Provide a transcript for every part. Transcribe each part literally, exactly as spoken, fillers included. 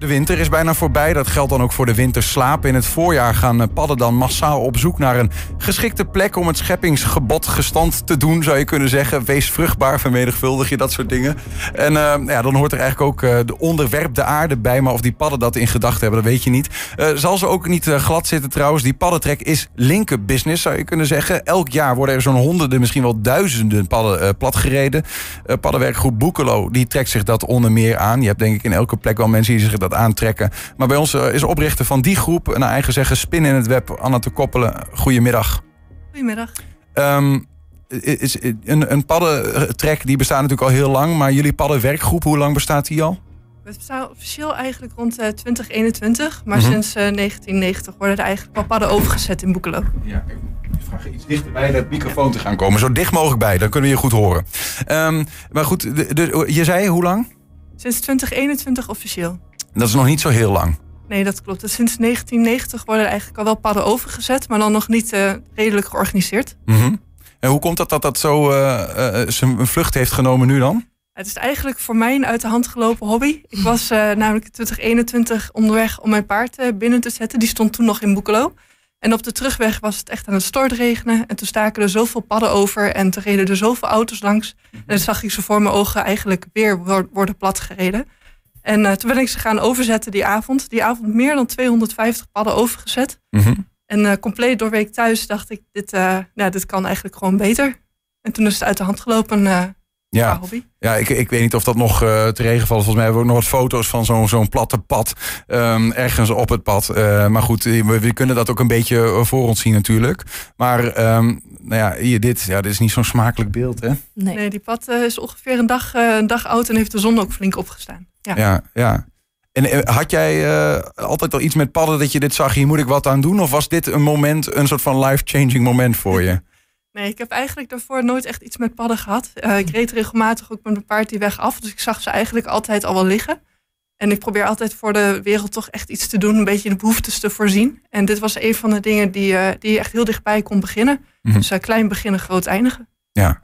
De winter is bijna voorbij. Dat geldt dan ook voor de winterslaap. In het voorjaar gaan padden dan massaal op zoek naar een geschikte plek om het scheppingsgebod gestand te doen, zou je kunnen zeggen. Wees vruchtbaar, vermenigvuldig je, dat soort dingen. En uh, ja, dan hoort er eigenlijk ook uh, de onderwerp de aarde bij. Maar of die padden dat in gedachten hebben, dat weet je niet. Uh, zal ze ook niet uh, glad zitten trouwens. Die paddentrek is linkenbusiness, zou je kunnen zeggen. Elk jaar worden er zo'n honderden, misschien wel duizenden padden uh, platgereden. Uh, paddenwerkgroep Boekelo, die trekt zich dat onder meer aan. Je hebt denk ik in elke plek wel mensen die zich dat aantrekken. Maar bij ons is de oprichter van die groep, naar eigen zeggen, spin in het web, Anna te Koppelen. Goedemiddag. Goedemiddag. Um, is, een, een paddentrek die bestaat natuurlijk al heel lang, maar jullie paddenwerkgroep, hoe lang bestaat die al? We bestaan officieel eigenlijk rond uh, twintig eenentwintig, maar mm-hmm. sinds uh, negentien negentig worden er eigenlijk wel padden overgezet in Boekelo. Ja, ik vraag je iets dichter bij de microfoon te gaan komen. Zo dicht mogelijk bij, dan kunnen we je goed horen. Um, maar goed, de, de, je zei hoe lang? Sinds twintig eenentwintig officieel. Dat is nog niet zo heel lang. Nee, dat klopt. Dus sinds negentien negentig worden er eigenlijk al wel padden overgezet, maar dan nog niet uh, redelijk georganiseerd. Mm-hmm. En hoe komt het dat dat zo uh, uh, zijn vlucht heeft genomen nu dan? Het is eigenlijk voor mij een uit de hand gelopen hobby. Ik was uh, namelijk in twintig eenentwintig onderweg om mijn paard uh, binnen te zetten. Die stond toen nog in Boekelo. En op de terugweg was het echt aan het stortregenen. En toen staken er zoveel padden over en toen reden er zoveel auto's langs. En dan zag ik ze voor mijn ogen eigenlijk weer worden platgereden. En uh, toen ben ik ze gaan overzetten die avond. Die avond meer dan tweehonderdvijftig padden overgezet. Mm-hmm. En uh, compleet doorweek thuis dacht ik, dit, uh, ja, dit kan eigenlijk gewoon beter. En toen is het uit de hand gelopen. Uh, Ja, ja ik, ik weet niet of dat nog uh, te regen valt. Volgens mij hebben we ook nog wat foto's van zo'n zo'n platte pad. Um, ergens op het pad. Uh, maar goed, we, we kunnen dat ook een beetje voor ons zien natuurlijk. Maar um, nou ja, hier, dit, ja, dit is niet zo'n smakelijk beeld, hè? Nee, nee die pad uh, is ongeveer een dag, uh, een dag oud en heeft de zon ook flink opgestaan. Ja, ja. ja. En uh, had jij uh, altijd al iets met padden dat je dit zag, hier moet ik wat aan doen? Of was dit een moment, een soort van life-changing moment voor je? Nee, ik heb eigenlijk daarvoor nooit echt iets met padden gehad. Uh, ik reed regelmatig ook met mijn paard die weg af. Dus ik zag ze eigenlijk altijd al wel liggen. En ik probeer altijd voor de wereld toch echt iets te doen. Een beetje de behoeftes te voorzien. En dit was een van de dingen die, uh, die echt heel dichtbij kon beginnen. Mm-hmm. Dus uh, klein beginnen, groot eindigen. Ja.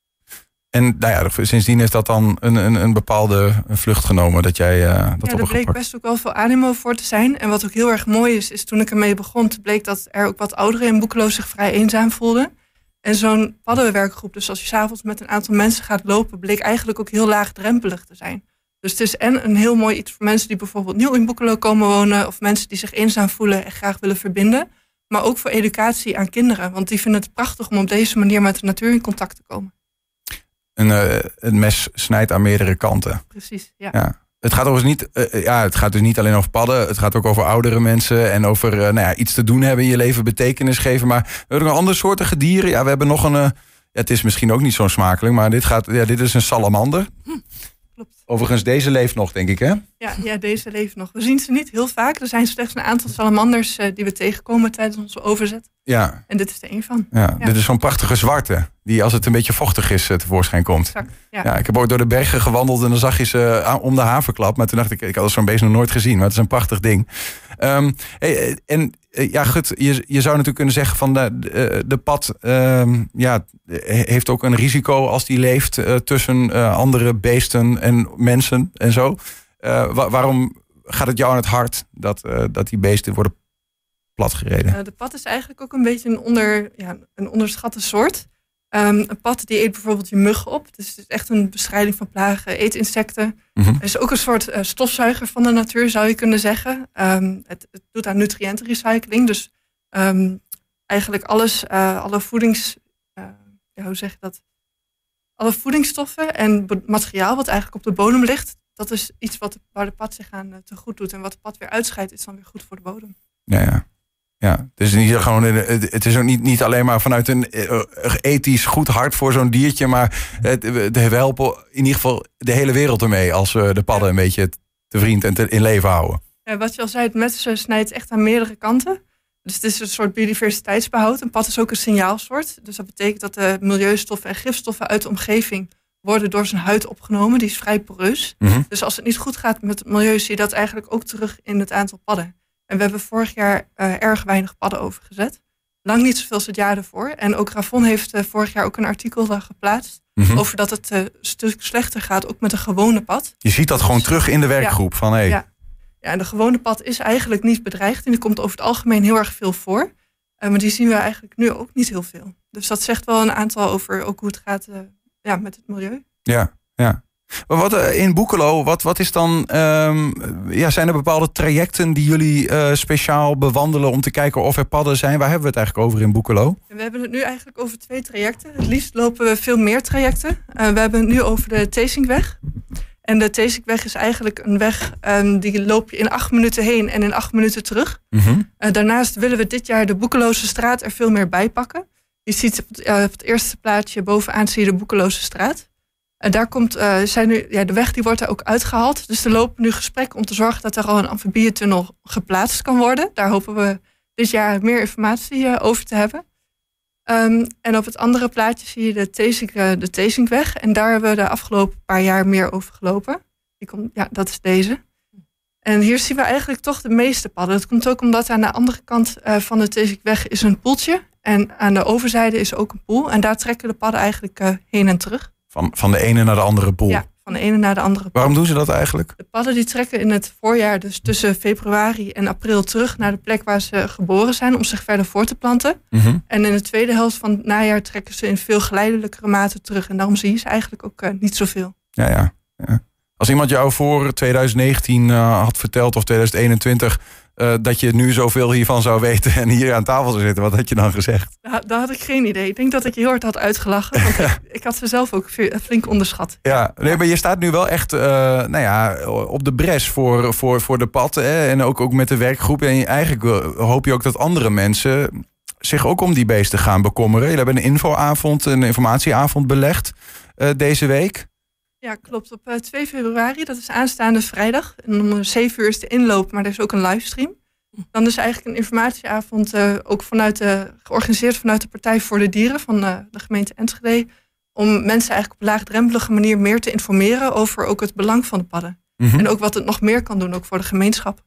En nou ja, sindsdien is dat dan een, een, een bepaalde vlucht genomen dat jij uh, dat ja, er bleek best ook wel veel animo voor te zijn. En wat ook heel erg mooi is, is toen ik ermee begon, bleek dat er ook wat ouderen in Boekelo zich vrij eenzaam voelden. En zo'n paddenwerkgroep, dus als je 's avonds met een aantal mensen gaat lopen, bleek eigenlijk ook heel laagdrempelig te zijn. Dus het is en een heel mooi iets voor mensen die bijvoorbeeld nieuw in Boekelo komen wonen, of mensen die zich eenzaam voelen en graag willen verbinden. Maar ook voor educatie aan kinderen, want die vinden het prachtig om op deze manier met de natuur in contact te komen. Een, uh, een mes snijdt aan meerdere kanten. Precies, ja. ja. Het gaat, overigens niet, uh, ja, het gaat dus niet alleen over padden. Het gaat ook over oudere mensen. En over uh, nou ja, iets te doen hebben in je leven, betekenis geven. Maar we hebben nog andere soorten dieren. Ja, we hebben nog een... Uh, ja, het is misschien ook niet zo smakelijk. Maar dit, gaat, ja, dit is een salamander. Hm, klopt. Overigens, deze leeft nog, denk ik, hè? Ja, ja, deze leeft nog. We zien ze niet heel vaak. Er zijn slechts een aantal salamanders uh, die we tegenkomen tijdens onze overzet. Ja. En dit is er één van. Ja, ja. Dit is zo'n prachtige zwarte. Die als het een beetje vochtig is tevoorschijn komt. Exact, ja. Ja, ik heb ook door de bergen gewandeld en dan zag je ze om de havenklap. Maar toen dacht ik, ik had zo'n beest nog nooit gezien. Maar het is een prachtig ding. Um, hey, en ja, Gut, je, je zou natuurlijk kunnen zeggen van de, de, de pad um, ja, heeft ook een risico als die leeft uh, tussen uh, andere beesten en mensen en zo. Uh, wa- waarom gaat het jou aan het hart dat, uh, dat die beesten worden platgereden? Uh, de pad is eigenlijk ook een beetje een, onder, ja, een onderschatte soort. Um, een pad die eet bijvoorbeeld je muggen op. Dus het is echt een bestrijding van plagen, eet insecten. Mm-hmm. Het is ook een soort uh, stofzuiger van de natuur, zou je kunnen zeggen. Um, het, het doet aan nutriëntenrecycling. Dus um, eigenlijk alles, uh, alle voedings... Uh, ja, hoe zeg je dat? Alle voedingsstoffen en be- materiaal wat eigenlijk op de bodem ligt, dat is iets wat de, waar de pad zich aan uh, te goed doet. En wat de pad weer uitscheidt, is dan weer goed voor de bodem. Ja, ja. Ja, het is, niet gewoon, het is ook niet, niet alleen maar vanuit een ethisch goed hart voor zo'n diertje, maar het, we helpen in ieder geval de hele wereld ermee als we de padden een beetje te vriend en te, in leven houden. Ja, wat je al zei, het mes snijdt echt aan meerdere kanten. Dus het is een soort biodiversiteitsbehoud. Een pad is ook een signaalsoort. Dus dat betekent dat de milieustoffen en gifstoffen uit de omgeving worden door zijn huid opgenomen. Die is vrij poreus. Mm-hmm. Dus als het niet goed gaat met het milieu, zie je dat eigenlijk ook terug in het aantal padden. En we hebben vorig jaar uh, erg weinig padden overgezet. Lang niet zoveel als het jaar ervoor. En ook Ravon heeft uh, vorig jaar ook een artikel uh, geplaatst. Mm-hmm. Over dat het uh, een stuk slechter gaat, ook met een gewone pad. Je ziet dat gewoon terug in de werkgroep. Ja. Van, hey. ja. Ja, de gewone pad is eigenlijk niet bedreigd. En die komt over het algemeen heel erg veel voor. Uh, maar die zien we eigenlijk nu ook niet heel veel. Dus dat zegt wel een aantal over ook hoe het gaat uh, ja, met het milieu. Ja, ja. Maar wat uh, in Boekelo, wat, wat is dan... Um, ja, zijn er bepaalde trajecten die jullie uh, speciaal bewandelen om te kijken of er padden zijn? Waar hebben we het eigenlijk over in Boekelo? We hebben het nu eigenlijk over twee trajecten. Het liefst lopen we veel meer trajecten. Uh, we hebben het nu over de Thesinkweg. En de Thesinkweg is eigenlijk een weg, um, die loop je in acht minuten heen en in acht minuten terug. Mm-hmm. Uh, daarnaast willen we dit jaar de Boekeloze straat er veel meer bij pakken. Je ziet op het, uh, op het eerste plaatje bovenaan zie je de Boekeloze straat. En daar komt, uh, zijn nu, ja, de weg die wordt er ook uitgehaald. Dus er lopen nu gesprekken om te zorgen dat er al een amfibietunnel geplaatst kan worden. Daar hopen we dit jaar meer informatie uh, over te hebben. Um, en op het andere plaatje zie je de, Theesink, uh, de Theesinkweg. En daar hebben we de afgelopen paar jaar meer over gelopen. Die komt, ja, dat is deze. En hier zien we eigenlijk toch de meeste padden. Dat komt ook omdat aan de andere kant uh, van de Theesinkweg is een poeltje. En aan de overzijde is ook een poel. En daar trekken de padden eigenlijk uh, heen en terug. Van, van de ene naar de andere poel? Ja, van de ene naar de andere poel. Waarom doen ze dat eigenlijk? De padden die trekken in het voorjaar, dus tussen februari en april, terug naar de plek waar ze geboren zijn om zich verder voor te planten. Mm-hmm. En in de tweede helft van het najaar trekken ze in veel geleidelijkere mate terug. En daarom zie je ze eigenlijk ook uh, niet zoveel. Ja, ja, ja. Als iemand jou voor twintig negentien uh, had verteld of twintig eenentwintig... Uh, dat je nu zoveel hiervan zou weten en hier aan tafel zou zitten, wat had je dan gezegd? Ja, daar had ik geen idee. Ik denk dat ik je heel hard had uitgelachen. Want ik, ik had ze zelf ook flink onderschat. Ja, nee, maar je staat nu wel echt uh, nou ja, op de bres voor, voor, voor de pad. Hè? En ook, ook met de werkgroep. En eigenlijk hoop je ook dat andere mensen zich ook om die beesten gaan bekommeren. Jullie hebben een infoavond, een informatieavond belegd uh, deze week. Ja, klopt. Op uh, twee februari, dat is aanstaande vrijdag. En om zeven uur is de inloop, maar er is ook een livestream. Dan is eigenlijk een informatieavond uh, ook vanuit de, georganiseerd vanuit de Partij voor de Dieren van uh, de gemeente Enschede. Om mensen eigenlijk op een laagdrempelige manier meer te informeren over ook het belang van de padden. Mm-hmm. En ook wat het nog meer kan doen, ook voor de gemeenschap.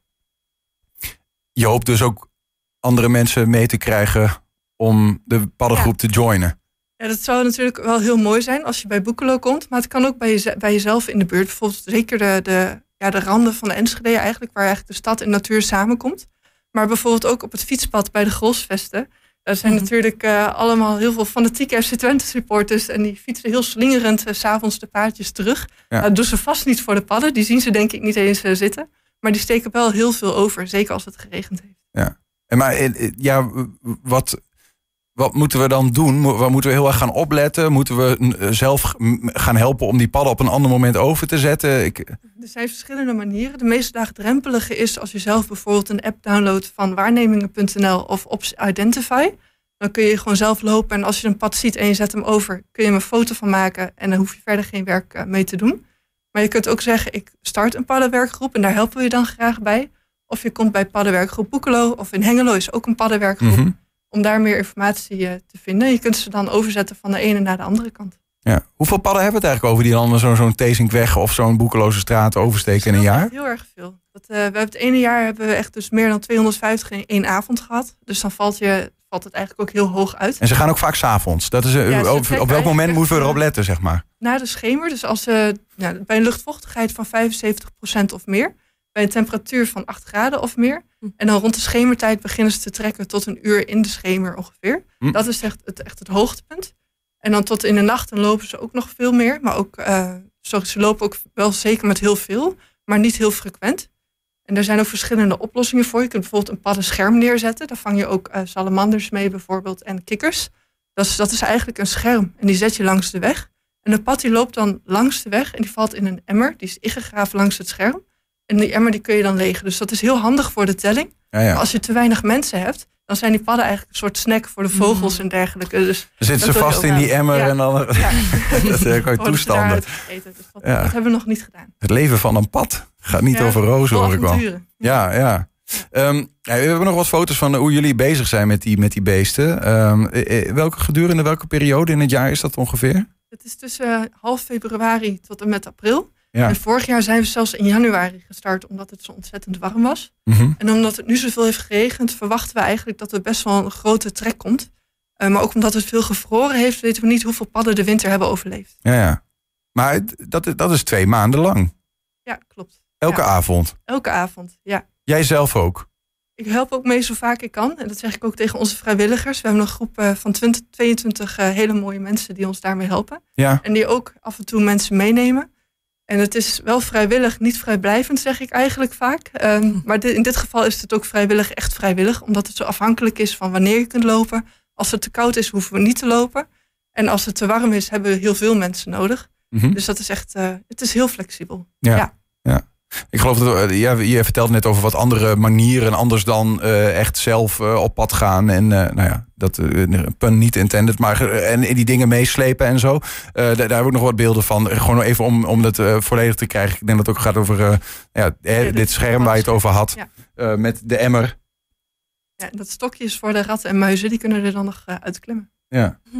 Je hoopt dus ook andere mensen mee te krijgen om de paddengroep ja. te joinen. Ja, dat zou natuurlijk wel heel mooi zijn als je bij Boekelo komt. Maar het kan ook bij, je, bij jezelf in de buurt. Bijvoorbeeld zeker de, de, ja, de randen van de Enschede eigenlijk. Waar eigenlijk de stad en natuur samenkomt. Maar bijvoorbeeld ook op het fietspad bij de Grolsvesten. Daar zijn mm-hmm. natuurlijk uh, allemaal heel veel fanatieke F C Twente supporters. En die fietsen heel slingerend uh, 's avonds de paardjes terug. Ja. Dat doen ze vast niet voor de padden. Die zien ze denk ik niet eens uh, zitten. Maar die steken wel heel veel over. Zeker als het geregend heeft. Ja, en maar ja, wat... Wat moeten we dan doen? Waar moeten we heel erg gaan opletten? Moeten we zelf gaan helpen om die padden op een ander moment over te zetten? Ik... Er zijn verschillende manieren. De meest laagdrempelige is als je zelf bijvoorbeeld een app downloadt van waarnemingen punt n l of Ops Identify. Dan kun je gewoon zelf lopen en als je een pad ziet en je zet hem over, kun je hem een foto van maken en dan hoef je verder geen werk mee te doen. Maar je kunt ook zeggen, ik start een paddenwerkgroep en daar helpen we je dan graag bij. Of je komt bij paddenwerkgroep Boekelo of in Hengelo is ook een paddenwerkgroep. Mm-hmm. Om daar meer informatie uh, te vinden. Je kunt ze dan overzetten van de ene naar de andere kant. Ja. Hoeveel padden hebben we het eigenlijk over die dan zo'n, zo'n Theesinkweg of zo'n Boekeloze straat oversteken in een jaar? Heel erg veel. Dat, uh, we hebben het ene jaar hebben we echt dus meer dan tweehonderdvijftig in één avond gehad. Dus dan valt, je, valt het eigenlijk ook heel hoog uit. En ze gaan ook vaak 's avonds. Dat is, uh, ja, op, op welk moment moeten we erop letten, zeg maar? Na de schemer. Dus als, uh, nou, bij een luchtvochtigheid van vijfenzeventig procent of meer. Bij een temperatuur van acht graden of meer. En dan rond de schemertijd beginnen ze te trekken tot een uur in de schemer ongeveer. Hm. Dat is echt het, echt het hoogtepunt. En dan tot in de nacht dan lopen ze ook nog veel meer. Maar ook, uh, sorry, ze lopen ook wel zeker met heel veel, maar niet heel frequent. En er zijn ook verschillende oplossingen voor. Je kunt bijvoorbeeld een paddenscherm neerzetten. Daar vang je ook uh, salamanders mee bijvoorbeeld en kikkers. Dat is, dat is eigenlijk een scherm en die zet je langs de weg. En de pad die loopt dan langs de weg en die valt in een emmer. Die is ingegraven langs het scherm. En die emmer die kun je dan legen. Dus dat is heel handig voor de telling. Ja, ja. Maar als je te weinig mensen hebt, dan zijn die padden eigenlijk een soort snack voor de vogels mm. en dergelijke. Dus dan zitten ze vast in die emmer ja. en dan... Ja. Dat is ook toestanden. Dus dat, ja. dat hebben we nog niet gedaan. Het leven van een pad gaat niet ja, over rozen, hoor ik wel. Ja, ja. ja. Um, ja, we hebben nog wat foto's van hoe jullie bezig zijn met die, met die beesten. Um, welke gedurende welke periode in het jaar is dat ongeveer? Het is tussen half februari tot en met april. Ja. En vorig jaar zijn we zelfs in januari gestart, omdat het zo ontzettend warm was. Mm-hmm. En omdat het nu zoveel heeft geregend, verwachten we eigenlijk dat er best wel een grote trek komt. Uh, maar ook omdat het veel gevroren heeft, weten we niet hoeveel padden de winter hebben overleefd. Ja, ja. Maar dat, dat is twee maanden lang. Ja, klopt. Elke Ja. avond? Elke avond, ja. Jij zelf ook? Ik help ook mee zo vaak ik kan. En dat zeg ik ook tegen onze vrijwilligers. We hebben een groep uh, van twintig, tweeëntwintig uh, hele mooie mensen die ons daarmee helpen. Ja. En die ook af en toe mensen meenemen. En het is wel vrijwillig, niet vrijblijvend, zeg ik eigenlijk vaak. Um, maar dit, in dit geval is het ook vrijwillig, echt vrijwillig. Omdat het zo afhankelijk is van wanneer je kunt lopen. Als het te koud is, hoeven we niet te lopen. En als het te warm is, hebben we heel veel mensen nodig. Mm-hmm. Dus dat is echt, uh, het is heel flexibel. Ja. ja. ja. Ik geloof dat uh, ja, je vertelde net over wat andere manieren, anders dan uh, echt zelf uh, op pad gaan en uh, nou ja, dat uh, pun niet intended, maar uh, en die dingen meeslepen en zo. Uh, daar, daar heb ik nog wat beelden van. Gewoon even om, om dat uh, volledig te krijgen. Ik denk dat het ook gaat over uh, ja, hè, ja, dit scherm waar je het over had, ja. uh, met de emmer. Ja, dat stokje is voor de ratten en muizen, die kunnen er dan nog uh, uitklimmen. Ja. Hm.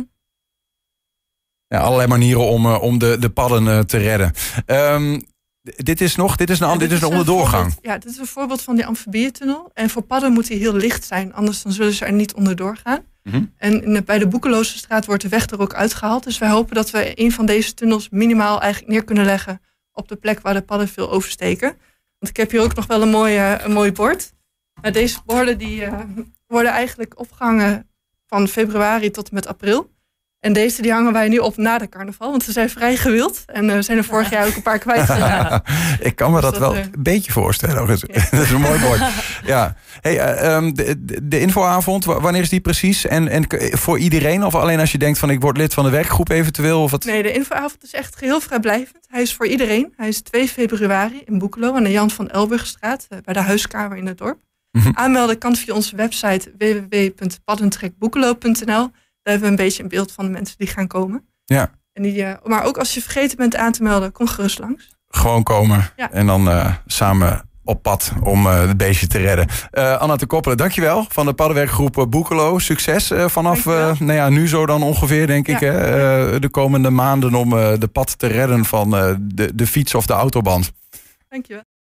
Ja, allerlei manieren om, uh, om de, de padden uh, te redden. Um, Dit is nog, dit is een, ja, dit dit is een onderdoorgang. Een ja, dit is een voorbeeld van die amfibieëntunnel. En voor padden moet die heel licht zijn, anders dan zullen ze er niet onderdoor gaan. Mm-hmm. En in de, bij de Boekeloze straat wordt de weg er ook uitgehaald. Dus wij hopen dat we een van deze tunnels minimaal eigenlijk neer kunnen leggen op de plek waar de padden veel oversteken. Want ik heb hier ook nog wel een mooi, uh, een mooi bord. Maar deze borden die, uh, worden eigenlijk opgehangen van februari tot en met april. En deze die hangen wij nu op na de carnaval, want ze zijn vrij gewild. En we uh, zijn er vorig jaar ook een paar kwijtgeraakt. Ik kan me dus dat, dat wel uh... een beetje voorstellen. Dat is een mooi bord. Ja. Hey, uh, um, de, de infoavond, wanneer is die precies? En, en voor iedereen? Of alleen als je denkt van ik word lid van de werkgroep eventueel? Of wat? Nee, de infoavond is echt geheel vrijblijvend. Hij is voor iedereen. Hij is twee februari in Boekelo aan de Jan van Elburgstraat. Uh, bij de huiskamer in het dorp. Mm-hmm. Aanmelden kan via onze website w w w punt paddentrekboekelo punt n l. Daar hebben we een beetje een beeld van de mensen die gaan komen. Ja. En die, uh, maar ook als je vergeten bent aan te melden, kom gerust langs. Gewoon komen ja. en dan uh, samen op pad om uh, het beestje te redden. Uh, Anna te Koppelen, dankjewel van de paddenwerkgroep Boekelo. Succes uh, vanaf uh, nou ja, nu zo dan ongeveer, denk ja. ik. Hè? Uh, de komende maanden om uh, de pad te redden van uh, de, de fiets of de autoband. Dankjewel.